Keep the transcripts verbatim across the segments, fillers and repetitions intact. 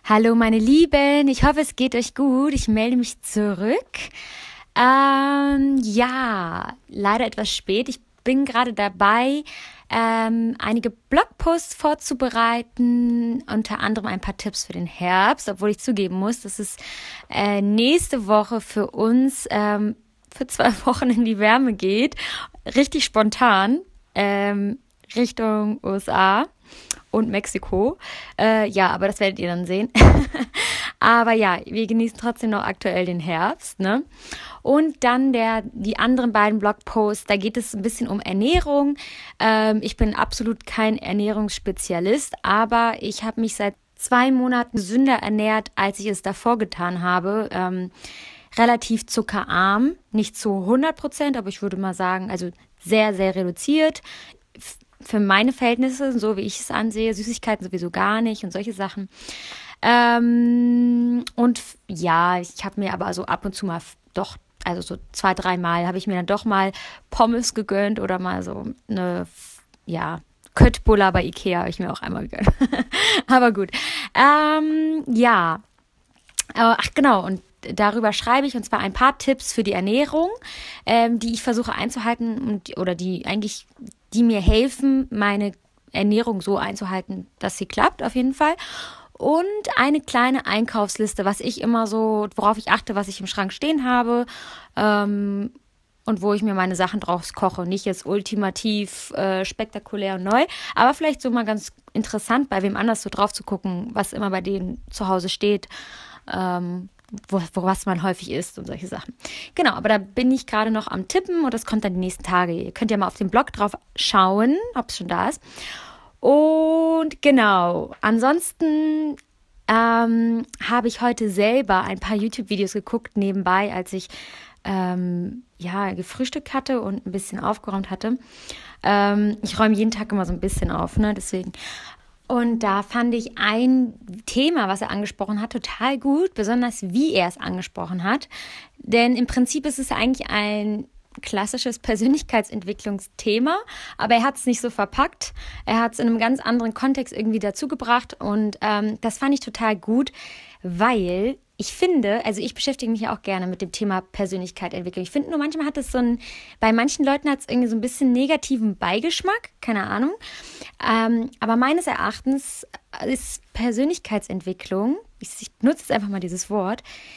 Hallo meine Lieben, ich hoffe es geht euch gut. Ich melde mich zurück. Ähm, ja, leider etwas spät. Ich bin gerade dabei, ähm, einige Blogposts vorzubereiten, unter anderem ein paar Tipps für den Herbst, obwohl ich zugeben muss, dass es äh, nächste Woche für uns ähm, für zwei Wochen in die Wärme geht. Richtig spontan, ähm, Richtung U S A und Mexiko. Äh, ja, aber das werdet ihr dann sehen. Aber ja, wir genießen trotzdem noch aktuell den Herbst, ne? Und dann der, die anderen beiden Blogposts, da geht es ein bisschen um Ernährung. Ähm, ich bin absolut kein Ernährungsspezialist, aber ich habe mich seit zwei Monaten gesünder ernährt, als ich es davor getan habe. Ähm, relativ zuckerarm, nicht zu hundert Prozent, aber ich würde mal sagen, also sehr, sehr reduziert. Für meine Verhältnisse, so wie ich es ansehe, Süßigkeiten sowieso gar nicht und solche Sachen. Ähm, und ja, ich habe mir aber so ab und zu mal doch, also so zwei, dreimal habe ich mir dann doch mal Pommes gegönnt oder mal so eine, ja, Köttbullar bei Ikea habe ich mir auch einmal gegönnt. Aber gut. Ähm, ja, ach genau, und darüber schreibe ich, und zwar ein paar Tipps für die Ernährung, ähm, die ich versuche einzuhalten und oder die eigentlich, die mir helfen, meine Ernährung so einzuhalten, dass sie klappt, auf jeden Fall. Und eine kleine Einkaufsliste, was ich immer so, worauf ich achte, was ich im Schrank stehen habe, ähm, und wo ich mir meine Sachen draus koche. Nicht jetzt ultimativ äh, spektakulär und neu, aber vielleicht so mal ganz interessant, bei wem anders so drauf zu gucken, was immer bei denen zu Hause steht, ähm, Wo, wo was man häufig isst und solche Sachen. Genau, aber da bin ich gerade noch am Tippen und das kommt dann die nächsten Tage. Ihr könnt ja mal auf dem Blog drauf schauen, ob es schon da ist. Und genau, ansonsten ähm, habe ich heute selber ein paar YouTube-Videos geguckt nebenbei, als ich ähm, ja gefrühstückt hatte und ein bisschen aufgeräumt hatte. Ähm, ich räume jeden Tag immer so ein bisschen auf, ne? Deswegen. Und da fand ich ein Thema, was er angesprochen hat, total gut, besonders wie er es angesprochen hat. Denn im Prinzip ist es eigentlich ein klassisches Persönlichkeitsentwicklungsthema, aber er hat es nicht so verpackt. Er hat es in einem ganz anderen Kontext irgendwie dazugebracht und ähm, das fand ich total gut, weil ich finde, also ich beschäftige mich ja auch gerne mit dem Thema Persönlichkeit entwickeln. Ich finde nur, manchmal hat es so ein, bei manchen Leuten hat es irgendwie so ein bisschen negativen Beigeschmack, keine Ahnung. Ähm, aber meines Erachtens ist Persönlichkeitsentwicklung, ich, ich nutze jetzt einfach mal dieses Wort,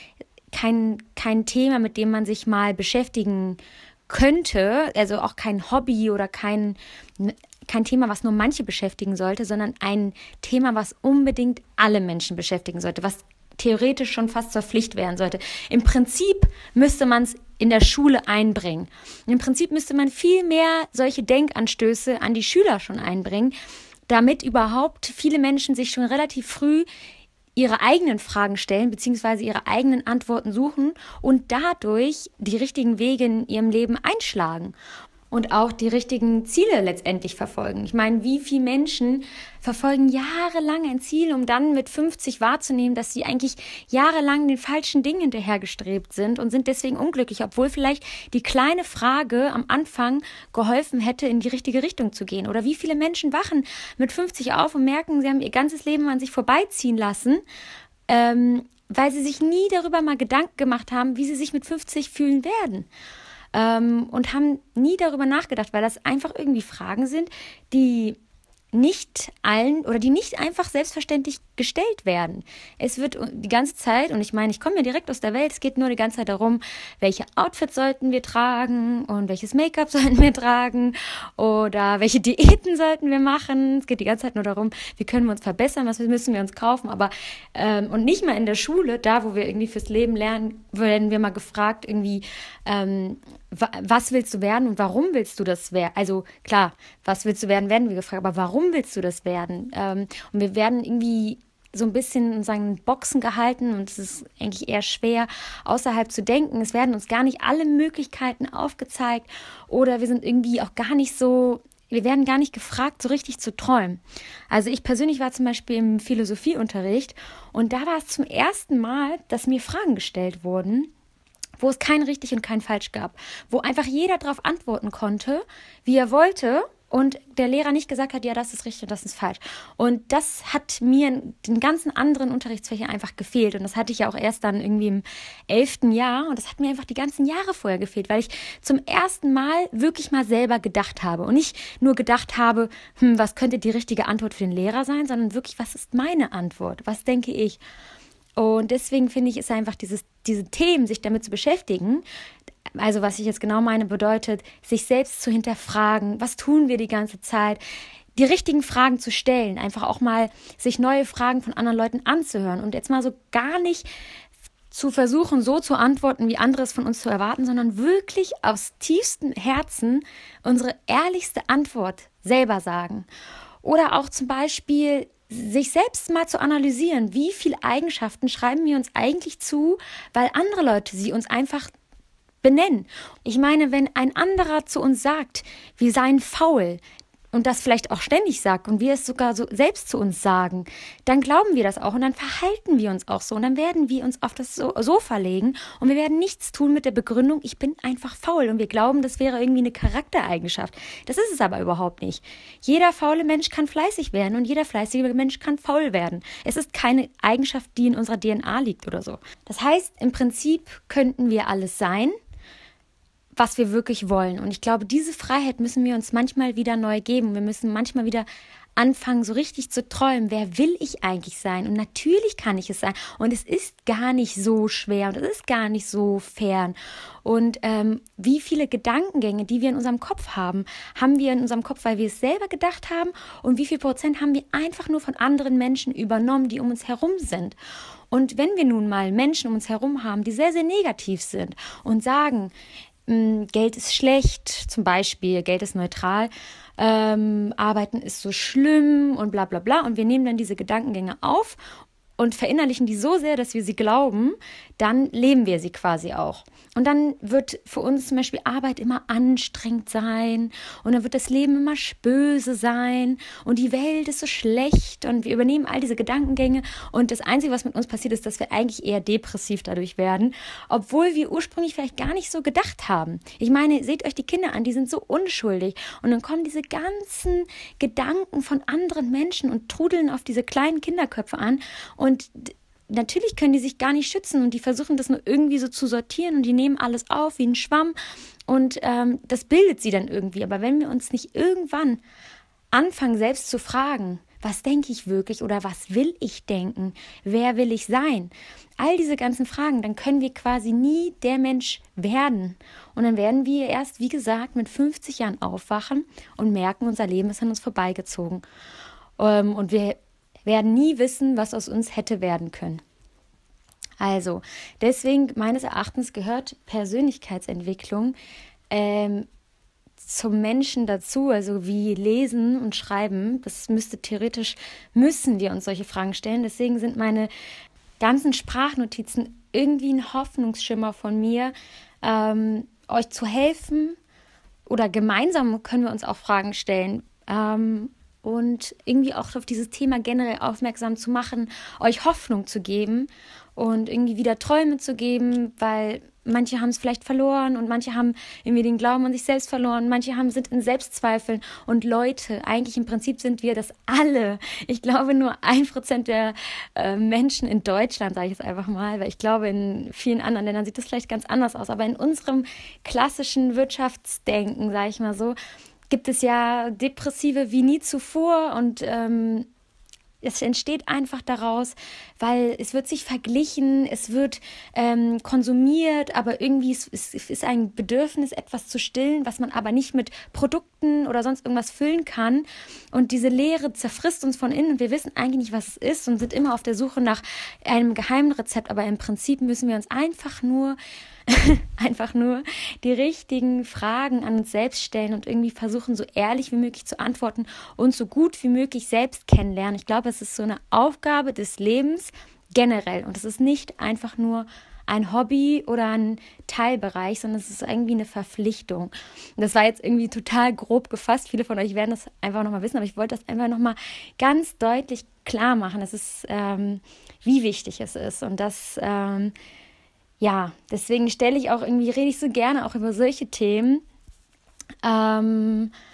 kein, kein Thema, mit dem man sich mal beschäftigen könnte, also auch kein Hobby oder kein, kein Thema, was nur manche beschäftigen sollte, sondern ein Thema, was unbedingt alle Menschen beschäftigen sollte, was theoretisch schon fast zur Pflicht werden sollte. Im Prinzip müsste man es in der Schule einbringen. Im Prinzip müsste man viel mehr solche Denkanstöße an die Schüler schon einbringen, damit überhaupt viele Menschen sich schon relativ früh ihre eigenen Fragen stellen, beziehungsweise ihre eigenen Antworten suchen und dadurch die richtigen Wege in ihrem Leben einschlagen. Und auch die richtigen Ziele letztendlich verfolgen. Ich meine, wie viele Menschen verfolgen jahrelang ein Ziel, um dann mit fünfzig wahrzunehmen, dass sie eigentlich jahrelang den falschen Dingen hinterhergestrebt sind und sind deswegen unglücklich, obwohl vielleicht die kleine Frage am Anfang geholfen hätte, in die richtige Richtung zu gehen. Oder wie viele Menschen wachen mit fünfzig auf und merken, sie haben ihr ganzes Leben an sich vorbeiziehen lassen, ähm, weil sie sich nie darüber mal Gedanken gemacht haben, wie sie sich mit fünfzig fühlen werden. Ähm, und haben nie darüber nachgedacht, weil das einfach irgendwie Fragen sind, die nicht allen oder die nicht einfach selbstverständlich gestellt werden. Es wird die ganze Zeit, und ich meine, ich komme ja direkt aus der Welt, es geht nur die ganze Zeit darum, welche Outfits sollten wir tragen und welches Make-up sollten wir tragen oder welche Diäten sollten wir machen. Es geht die ganze Zeit nur darum, wie können wir uns verbessern, was müssen wir uns kaufen, aber ähm, und nicht mal in der Schule, da wo wir irgendwie fürs Leben lernen, werden wir mal gefragt, irgendwie ähm, was willst du werden und warum willst du das werden? Also klar, was willst du werden, werden wir gefragt, aber warum willst du das werden? Ähm, und wir werden irgendwie so ein bisschen in seinen Boxen gehalten und es ist eigentlich eher schwer, außerhalb zu denken. Es werden uns gar nicht alle Möglichkeiten aufgezeigt oder wir sind irgendwie auch gar nicht so, wir werden gar nicht gefragt, so richtig zu träumen. Also ich persönlich war zum Beispiel im Philosophieunterricht und da war es zum ersten Mal, dass mir Fragen gestellt wurden, wo es kein richtig und kein falsch gab, wo einfach jeder darauf antworten konnte, wie er wollte und der Lehrer nicht gesagt hat, ja, das ist richtig und das ist falsch. Und das hat mir in den ganzen anderen Unterrichtsfächern einfach gefehlt. Und das hatte ich ja auch erst dann irgendwie im elften Jahr. Und das hat mir einfach die ganzen Jahre vorher gefehlt, weil ich zum ersten Mal wirklich mal selber gedacht habe. Und nicht nur gedacht habe, hm, was könnte die richtige Antwort für den Lehrer sein, sondern wirklich, was ist meine Antwort? Was denke ich? Und deswegen finde ich, ist einfach dieses, diese Themen, sich damit zu beschäftigen, also was ich jetzt genau meine, bedeutet, sich selbst zu hinterfragen, was tun wir die ganze Zeit, die richtigen Fragen zu stellen, einfach auch mal sich neue Fragen von anderen Leuten anzuhören und jetzt mal so gar nicht zu versuchen, so zu antworten, wie andere es von uns zu erwarten, sondern wirklich aus tiefstem Herzen unsere ehrlichste Antwort selber sagen. Oder auch zum Beispiel sich selbst mal zu analysieren, wie viele Eigenschaften schreiben wir uns eigentlich zu, weil andere Leute sie uns einfach benennen. Ich meine, wenn ein anderer zu uns sagt, wir seien faul und das vielleicht auch ständig sagt und wir es sogar so selbst zu uns sagen, dann glauben wir das auch und dann verhalten wir uns auch so und dann werden wir uns auf das Sofa legen und wir werden nichts tun mit der Begründung, ich bin einfach faul und wir glauben, das wäre irgendwie eine Charaktereigenschaft. Das ist es aber überhaupt nicht. Jeder faule Mensch kann fleißig werden und jeder fleißige Mensch kann faul werden. Es ist keine Eigenschaft, die in unserer D N A liegt oder so. Das heißt, im Prinzip könnten wir alles sein, was wir wirklich wollen. Und ich glaube, diese Freiheit müssen wir uns manchmal wieder neu geben. Wir müssen manchmal wieder anfangen, so richtig zu träumen. Wer will ich eigentlich sein? Und natürlich kann ich es sein. Und es ist gar nicht so schwer und es ist gar nicht so fern. Und ähm, wie viele Gedankengänge, die wir in unserem Kopf haben, haben wir in unserem Kopf, weil wir es selber gedacht haben? Und wie viel Prozent haben wir einfach nur von anderen Menschen übernommen, die um uns herum sind? Und wenn wir nun mal Menschen um uns herum haben, die sehr, sehr negativ sind und sagen, Geld ist schlecht, zum Beispiel, Geld ist neutral, ähm, Arbeiten ist so schlimm und bla bla bla. Und wir nehmen dann diese Gedankengänge auf und verinnerlichen die so sehr, dass wir sie glauben, dann leben wir sie quasi auch. Und dann wird für uns zum Beispiel Arbeit immer anstrengend sein und dann wird das Leben immer böse sein und die Welt ist so schlecht und wir übernehmen all diese Gedankengänge und das Einzige, was mit uns passiert, ist, dass wir eigentlich eher depressiv dadurch werden, obwohl wir ursprünglich vielleicht gar nicht so gedacht haben. Ich meine, seht euch die Kinder an, die sind so unschuldig und dann kommen diese ganzen Gedanken von anderen Menschen und trudeln auf diese kleinen Kinderköpfe an und natürlich können die sich gar nicht schützen und die versuchen das nur irgendwie so zu sortieren und die nehmen alles auf wie ein Schwamm und ähm, das bildet sie dann irgendwie. Aber wenn wir uns nicht irgendwann anfangen, selbst zu fragen, was denke ich wirklich oder was will ich denken, wer will ich sein, all diese ganzen Fragen, dann können wir quasi nie der Mensch werden. Und dann werden wir erst, wie gesagt, mit fünfzig Jahren aufwachen und merken, unser Leben ist an uns vorbeigezogen. Ähm, und wir werden nie wissen, was aus uns hätte werden können. Also, deswegen meines Erachtens gehört Persönlichkeitsentwicklung ähm, zum Menschen dazu, also wie Lesen und Schreiben. Das müsste theoretisch, müssen wir uns solche Fragen stellen. Deswegen sind meine ganzen Sprachnotizen irgendwie ein Hoffnungsschimmer von mir, ähm, euch zu helfen oder gemeinsam können wir uns auch Fragen stellen, ähm, und irgendwie auch auf dieses Thema generell aufmerksam zu machen, euch Hoffnung zu geben und irgendwie wieder Träume zu geben, weil manche haben es vielleicht verloren und manche haben irgendwie den Glauben an sich selbst verloren, manche haben, sind in Selbstzweifeln und Leute, eigentlich im Prinzip sind wir das alle. Ich glaube nur ein Prozent der äh, Menschen in Deutschland, sage ich jetzt einfach mal, weil ich glaube in vielen anderen Ländern sieht das vielleicht ganz anders aus, aber in unserem klassischen Wirtschaftsdenken, sage ich mal so, gibt es ja Depressive wie nie zuvor und ähm, es entsteht einfach daraus, weil es wird sich verglichen, es wird ähm, konsumiert, aber irgendwie ist es ist ein Bedürfnis, etwas zu stillen, was man aber nicht mit Produkten oder sonst irgendwas füllen kann. Und diese Leere zerfrisst uns von innen und wir wissen eigentlich nicht, was es ist und sind immer auf der Suche nach einem geheimen Rezept. Aber im Prinzip müssen wir uns einfach nur einfach nur die richtigen Fragen an uns selbst stellen und irgendwie versuchen, so ehrlich wie möglich zu antworten und so gut wie möglich selbst kennenlernen. Ich glaube, es ist so eine Aufgabe des Lebens generell und es ist nicht einfach nur ein Hobby oder ein Teilbereich, sondern es ist irgendwie eine Verpflichtung. Und das war jetzt irgendwie total grob gefasst. Viele von euch werden das einfach nochmal wissen, aber ich wollte das einfach nochmal ganz deutlich klar machen. Es ist, ähm, wie wichtig es ist und das ähm, ja, deswegen stelle ich auch irgendwie, rede ich so gerne auch über solche Themen, ähm,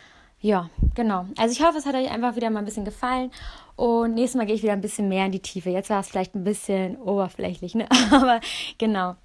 Ja, genau. Also ich hoffe, es hat euch einfach wieder mal ein bisschen gefallen. Und nächstes Mal gehe ich wieder ein bisschen mehr in die Tiefe. Jetzt war es vielleicht ein bisschen oberflächlich, ne? Aber genau.